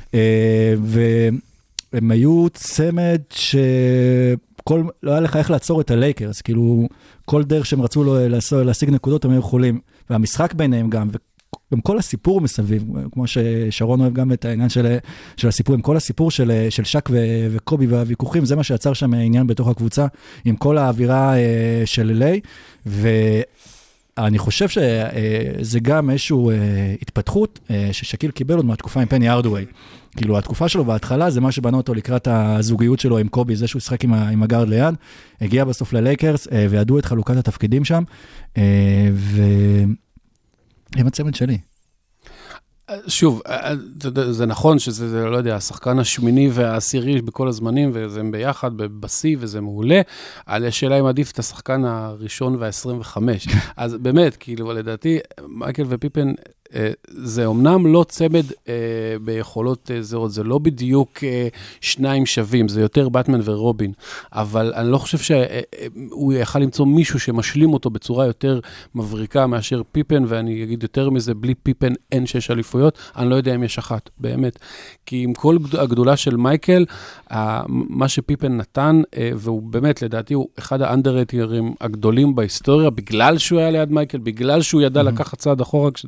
והם היו צמד שכל, לא היה לך איך לעצור את הלייקרס, כאילו, כל דרך שהם רצו לו להשיג נקודות, הם היו יכולים, והמשחק ביניהם גם, גם כל הסיפור מסביב, כמו ששרון אוהב גם את העניין של, של הסיפור, עם כל הסיפור של, של שק ו, וקובי והוויכוחים, זה מה שיצר שם עניין בתוך הקבוצה, עם כל האווירה של אליי, ואני חושב שזה גם איזושהי התפתחות ששקיל קיבל עוד מהתקופה עם פני ארדווי. כאילו, התקופה שלו בהתחלה זה מה שבנה אותו לקראת הזוגיות שלו עם קובי, זה שהוא שחק עם, עם הגארד ליד, הגיע בסוף ללייקרס, וידעו את חלוקת התפקידים שם, ו... עם הצמד שלי. שוב, זה נכון שזה, לא יודע, השחקן השמיני והעשירי בכל הזמנים, וזה ביחד בשיא, וזה מעולה. על השאלה אם עדיף את השחקן הראשון וה-עשרים וחמש. אז באמת, כאילו, לדעתי, מייקל ופיפן, זה אומנם לא צמד ביכולות זהות, זה לא בדיוק שניים שווים, זה יותר בטמן ורובין, אבל אני לא חושב שהוא יכל למצוא מישהו שמשלים אותו בצורה יותר מבריקה מאשר פיפן, ואני אגיד יותר מזה, בלי פיפן אין שש אליפויות, אני לא יודע אם יש אחת, באמת. כי עם כל הגדולה של מייקל, מה שפיפן נתן, והוא באמת, לדעתי, הוא אחד האנדררייטרים הגדולים בהיסטוריה, בגלל שהוא היה ליד מייקל, בגלל שהוא ידע לקחת צעד אחורה כשצריך,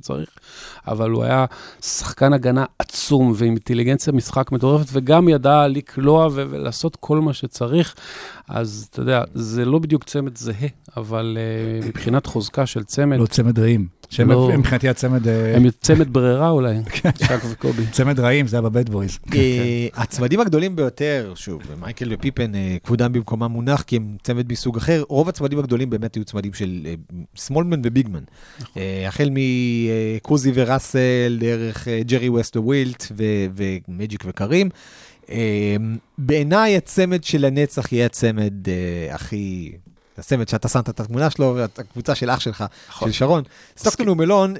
אבל הוא היה שחקן הגנה עצום, ועם אינטליגנציה משחק מטורפת, וגם ידע לקלוע ולעשות כל מה שצריך, אז אתה יודע, זה לא בדיוק צמד זהה, אבל uh, מבחינת חוזקה של צמד... לא צמד רעים. שהם לא, מבחינתי הצמד... הם צמד ברירה אולי, שק וקובי. צמד רעים, זה היה בבד בויז. הצמדים הגדולים ביותר, שוב, מייקל ופיפן, כבודם במקומם מונח, כי הם צמד מסוג אחר, רוב הצמדים הגדולים באמת היו צמדים של סמולמן וביגמן. החל מקוזי וראסל, דרך ג'רי ווסט ווילט, ומג'יק וקרים. בעיניי הצמד של הנצח יהיה הצמד הכי... הצמד שאתה שמת את התמונה שלו, והקבוצה של אח שלך, של שרון. סטוקטון ומלון,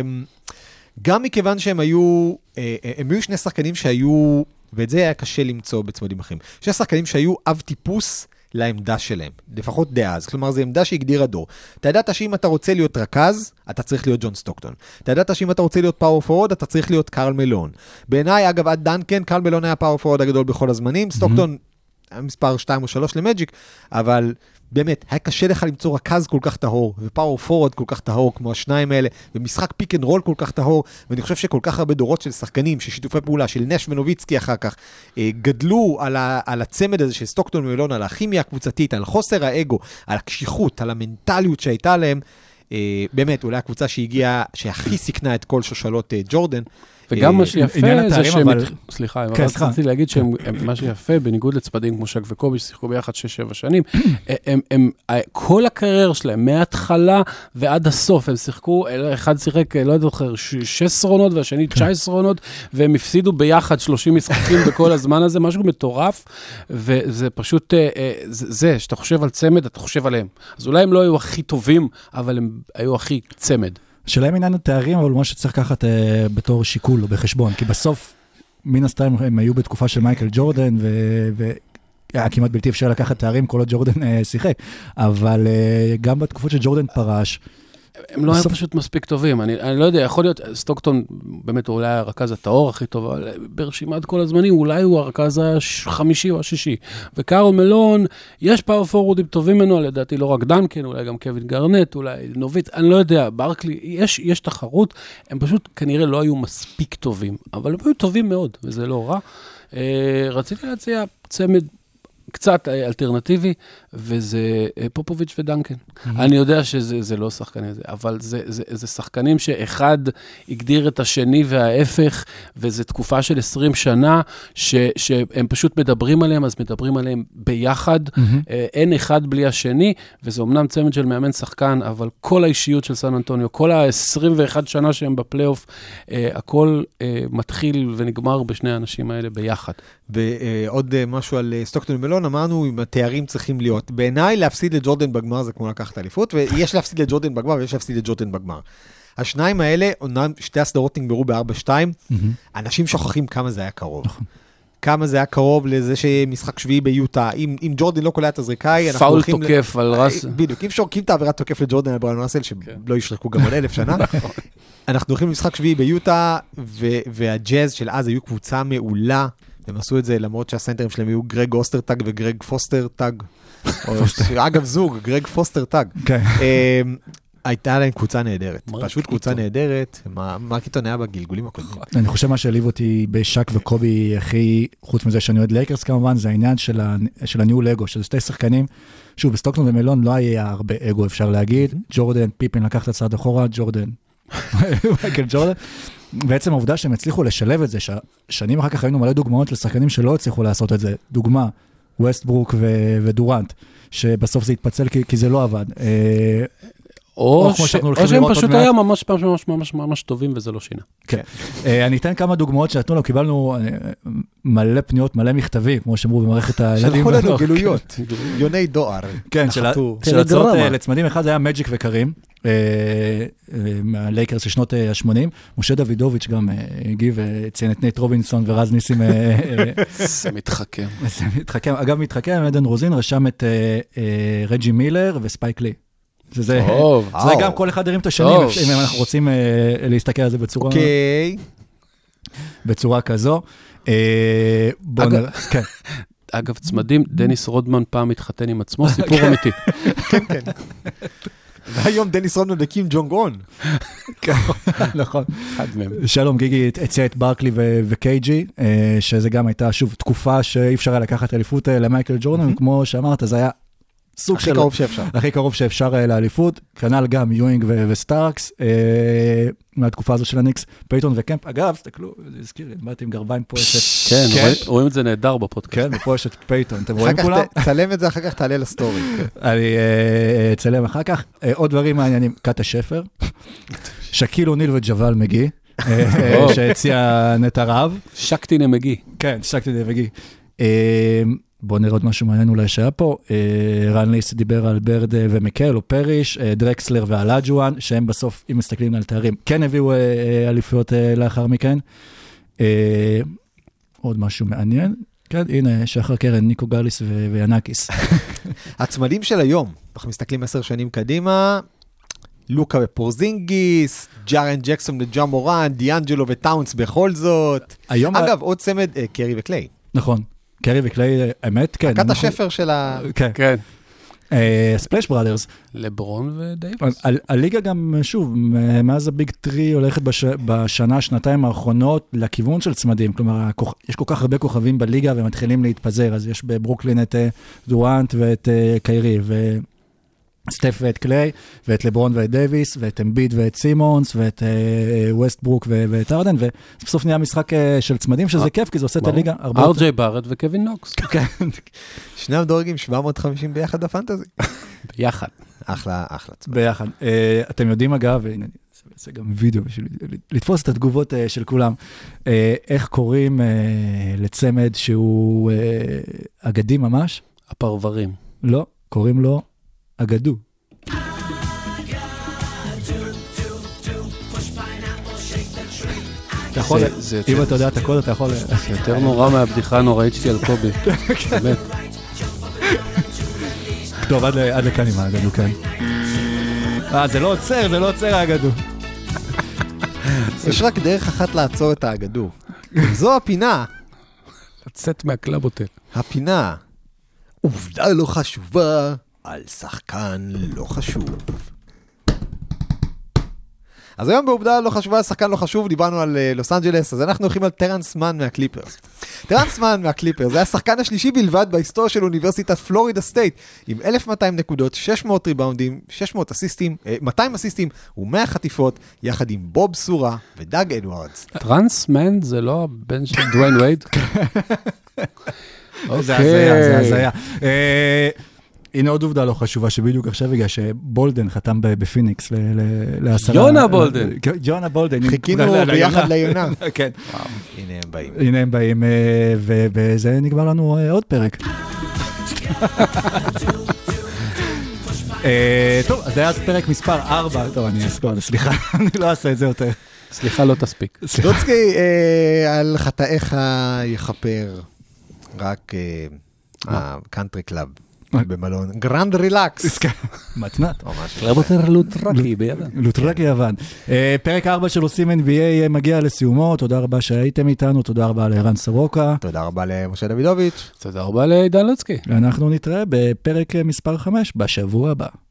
גם מכיוון שהם היו, הם היו שני שחקנים שהיו, ואת זה היה קשה למצוא בצמדים אחרים, שני שחקנים שהיו אב טיפוס לעמדה שלהם, לפחות דאז, כלומר זו עמדה שהגדירה דור. אתה ידעת שאם אתה רוצה להיות רכז, אתה צריך להיות ג'ון סטוקטון. אתה ידעת שאם אתה רוצה להיות פאוור פורוד, אתה צריך להיות קרל מלון. בעיניי, אגב, עד דנקן, קרל מלון היה פאוור פורוד הגדול בכל הזמנים, סטוקטון היה מספר שתיים או שלוש למג'יק, אבל באמת, היה קשה לך למצוא רכז כל כך טהור, ופאוור פורוד כל כך טהור, כמו השניים האלה, ומשחק פיק אנד רול כל כך טהור, ואני חושב שכל כך הרבה דורות של שחקנים, ששיתופי פעולה, של נש ונוביצקי אחר כך, גדלו על, ה, על הצמד הזה של סטוקטון ומלון, על הכימיה הקבוצתית, על חוסר האגו, על הקשיחות, על המנטליות שהייתה להם, באמת, אולי הקבוצה שהגיעה, שהכי סיכנה את כל שושלות ג'ורדן, וגם מה שיפה זה שהם... סליחה, אבל רציתי להגיד שמה שיפה, בניגוד לצמדים כמו שק וקובי, ששיחקו ביחד שש שבע שנים, כל הקריירה שלהם, מההתחלה ועד הסוף, הם שיחקו, אחד שיחק, לא יודע, שש עשרה עונות, והשני תשע עשרה עונות, והם הפסידו ביחד שלושים משחקים בכל הזמן הזה, משהו מטורף, וזה פשוט, זה, שאתה חושב על צמד, אתה חושב עליהם. אז אולי הם לא היו הכי טובים, אבל הם היו הכי צמד. שלהם עניין התארים, אבל מה שצריך לקחת אה, בתור שיקול או בחשבון, כי בסוף, מן הסתם, הם היו בתקופה של מייקל ג'ורדן, והיה כמעט בלתי אפשר לקחת תארים, כל עוד ג'ורדן אה, שיחק, אבל אה, גם בתקופות שג'ורדן פרש, הם לא היו פשוט מספיק טובים, אני, אני לא יודע, יכול להיות, סטוקטון באמת אולי הרכז הטהור הכי טוב, אבל ברשימת כל הזמנים, אולי הוא הרכז החמישי או השישי. וקארל מלון, יש פאוור פורורדים טובים ממנו, לדעתי לא רק דנקן, אולי גם קווין גרנט, אולי נוביץ, אני לא יודע, ברקלי, יש, יש תחרות, הם פשוט כנראה לא היו מספיק טובים, אבל הם היו טובים מאוד, וזה לא רע. רציתי להציע צמד קצת אלטרנטיבי, וזה פופוביץ' ודנקן. אני יודע שזה לא שחקנים, אבל זה שחקנים שאחד הגדיר את השני וההפך, וזו תקופה של עשרים שנה, שהם פשוט מדברים עליהם, אז מדברים עליהם ביחד, אין אחד בלי השני, וזה אומנם צמד של מאמן שחקן, אבל כל האישיות של סן אנטוניו, כל ה-עשרים ואחת שנה שהם בפלייאוף, הכל מתחיל ונגמר בשני האנשים האלה ביחד. ועוד משהו על סטוקטון ומלון, אמרנו, אם התארים צריכים להיות. בעיניי, להפסיד לג'ורדן בגמר זה כמו לקחת אליפות, ויש להפסיד לג'ורדן בגמר, ויש להפסיד לג'ורדן בגמר. השניים האלה, שתי הסדרות נגמרו ב-ארבע שתיים, אנשים שוכחים כמה זה היה קרוב. כמה זה היה קרוב לזה שמשחק שביעי ביוטה, אם, אם ג'ורדן לא קולע את הזריקאי, אנחנו הולכים... פאול תוקף ל... על ראסל. בדיוק, אם שורקים את העבירת תוקף לג'ורדן על בריאן ראסל, שלא ישרקו גם עוד אלף שנה, אנחנו הולכים למשחק שביעי ביוטה, והג'אז של אז היו קבוצה מעולה, הם עשו את זה למרות שהסנטרים שלהם היו גרג אוסטרטאג וגרג פוסטרטאג. אגב זוג, גרג פוסטרטאג. הייתה להם קבוצה נהדרת. פשוט קבוצה נהדרת. מה קיטון היה בגלגולים הקודמים? אני חושב מה שהעליב אותי בשק וקובי הכי, חוץ מזה שאני אוהד לייקרס כמובן, זה העניין של הניהול אגו, שזה שתי שחקנים. שוב, בסטוקטון ומלון לא היה הרבה אגו, אפשר להגיד. ג'ורדן, פיפין לקח את הצעד אחורה, ג'ורדן. מייקל ג'ורדן. בעצם העובדה שהם הצליחו לשלב את זה, ששנים אחר כך היינו מלא דוגמאות לשחקנים שלא הצליחו לעשות את זה. דוגמה, ווסטברוק ו- ודורנט, שבסוף זה התפצל כי, כי זה לא עבד. או, ש... או שהם פשוט היה ממש ממש ממש ממש ממש טובים וזה לא שינה. כן. אני אתן כמה דוגמאות שנתנו לו, קיבלנו מלא פניות, מלא מכתבים, כמו שאמרו במערכת הילדים. שלחו לנו גלויות, יוני דואר. כן, של הצעות לצמדים, אחד היה מג'יק וקרים, מהלייקרס של שנות ה-שמונים, משה דוידוביץ' גם הגיב וציין את נייט רובינסון ורז ניסים. זה מתחכם. זה מתחכם. אגב, מתחכם, עדן רוזין רשם את רג'י מילר וספייק לי. זה גם כל אחד הרים את השנים, אם אנחנו רוצים להסתכל על זה בצורה בצורה כזו. אגב, צמדים, דניס רודמן פעם התחתן עם עצמו, סיפור אמיתי. כן, כן. והיום דניס רודמן וקים ג'ונג און. נכון. אחד מהם. שלום גיגי הציע את ברקלי וקייג'י, שזה גם הייתה, שוב, תקופה שאי אפשר היה לקחת אליפות למייקל ג'ורדן, כמו שאמרת, זה היה סוג של... הכי קרוב שאפשר. הכי קרוב שאפשר לאליפות, כנ"ל גם יואינג וסטארקס, מהתקופה הזו של הניקס, פייטון וקמפ. אגב, תסתכלו, זה הזכיר לי, באתי עם גרביים פה יש את... כן, רואים את זה נהדר בפודקאסט. כן, ופה יש את פייטון, אתם רואים כולם? צלם את זה, אחר כך תעלה לסטורי. אני אצלם אחר כך. עוד דברים מעניינים, קאטה שפר, שקיל אוניל וג'וואל מגי, שהציע נטע רב. שקטי נמגי. כן, שקטי נמגי. בואו נראה עוד משהו מעניין אולי שהיה פה. רן ליס דיבר על ברד ומקל או פריש, דרקסלר והלאג'ואן, שהם בסוף, אם מסתכלים על תארים, כן הביאו אליפויות לאחר מכן. עוד משהו מעניין. כן, הנה, שחר קרן, ניקו גליס וינקיס. הצמדים של היום, אנחנו מסתכלים עשר שנים קדימה, לוקה ופורזינגיס, ג'ארן ג'קסון וג'ה מורן, דיאנג'לו וטאונס בכל זאת. אגב, עוד צמד, קרי וקליי. נכון. קרי וקליי, אמת, כן. הקט השפר של ה... כן. כן. ספלש בראדרס. לברון ודייבס. הליגה גם, שוב, מאז הביג טרי הולכת בשנה, שנתיים האחרונות לכיוון של צמדים. כלומר, יש כל כך הרבה כוכבים בליגה ומתחילים להתפזר. אז יש בברוקלין את דורנט ואת קיירי, וסטף ואת קליי, ואת לברון ואת דייביס, ואת אמביד ואת סימונס, ואת ווסטברוק ואת ארדן, ובסוף נהיה משחק של צמדים, שזה כיף, כי זה עושה את הליגה הרבה יותר. אר-ג'יי בארט וקווין נוקס. שני הדורגים שבע מאות וחמישים ביחד בפנטזי. ביחד. אחלה, אחלה. ביחד. אתם יודעים אגב, זה גם וידאו, בשביל לתפוס את התגובות של כולם, איך קוראים לצמד שהוא אגדי ממש? הפרברים. לא, קוראים לו אגדו. אתה יכול, אם אתה יודע את הקוד, אתה יכול... זה יותר נורא מהבדיחה הנוראית שלי על קובי. באמת. טוב, עד לכאן עם האגדו, כן. אה, זה לא עוצר, זה לא עוצר האגדו. יש רק דרך אחת לעצור את האגדו. זו הפינה. לצאת מהקלאבוטל. הפינה. עובדה לא חשובה על שחקן לא חשוב. אז היום בעובדה לא חשובה על שחקן לא חשוב, דיברנו על לוס אנג'לס, אז אנחנו הולכים על טרנס מן מהקליפרס. טרנס מן מהקליפרס, זה היה השחקן השלישי בלבד בהיסטוריה של אוניברסיטת פלורידה סטייט, עם אלף ומאתיים נקודות, שש מאות ריבאונדים, שש מאות אסיסטים, מאתיים אסיסטים ו-מאה חטיפות, יחד עם בוב סורה ודאג אדוארדס. טרנס מן זה לא הבן של דוויין וייד? זה הזיה, זה הזיה. הנה עוד עובדה לא חשובה, שבדיוק עכשיו בגלל שבולדן חתם בפיניקס לעשרה... יונה בולדן. יונה בולדן. חיכינו ביחד ליונה. כן. הנה הם באים. הנה הם באים, ובזה נגמר לנו עוד פרק. טוב, אז זה היה פרק מספר ארבע. טוב, אני אסכור, סליחה, אני לא אעשה את זה יותר. סליחה, לא תספיק. דוצקי, על חטאיך יכפר רק הקאנטרי קלאב. במלון גרנד רילקס. מתנת. קלאבוטר לוטרקי ביוון. לוטרקי יוון. פרק ארבע של עושים אן בי איי מגיע לסיומו. תודה רבה שהייתם איתנו. תודה רבה לערן סורוקה. תודה רבה למשה דוידוביץ'. תודה רבה לעידן לוצקי. אנחנו נתראה בפרק מספר חמש בשבוע הבא.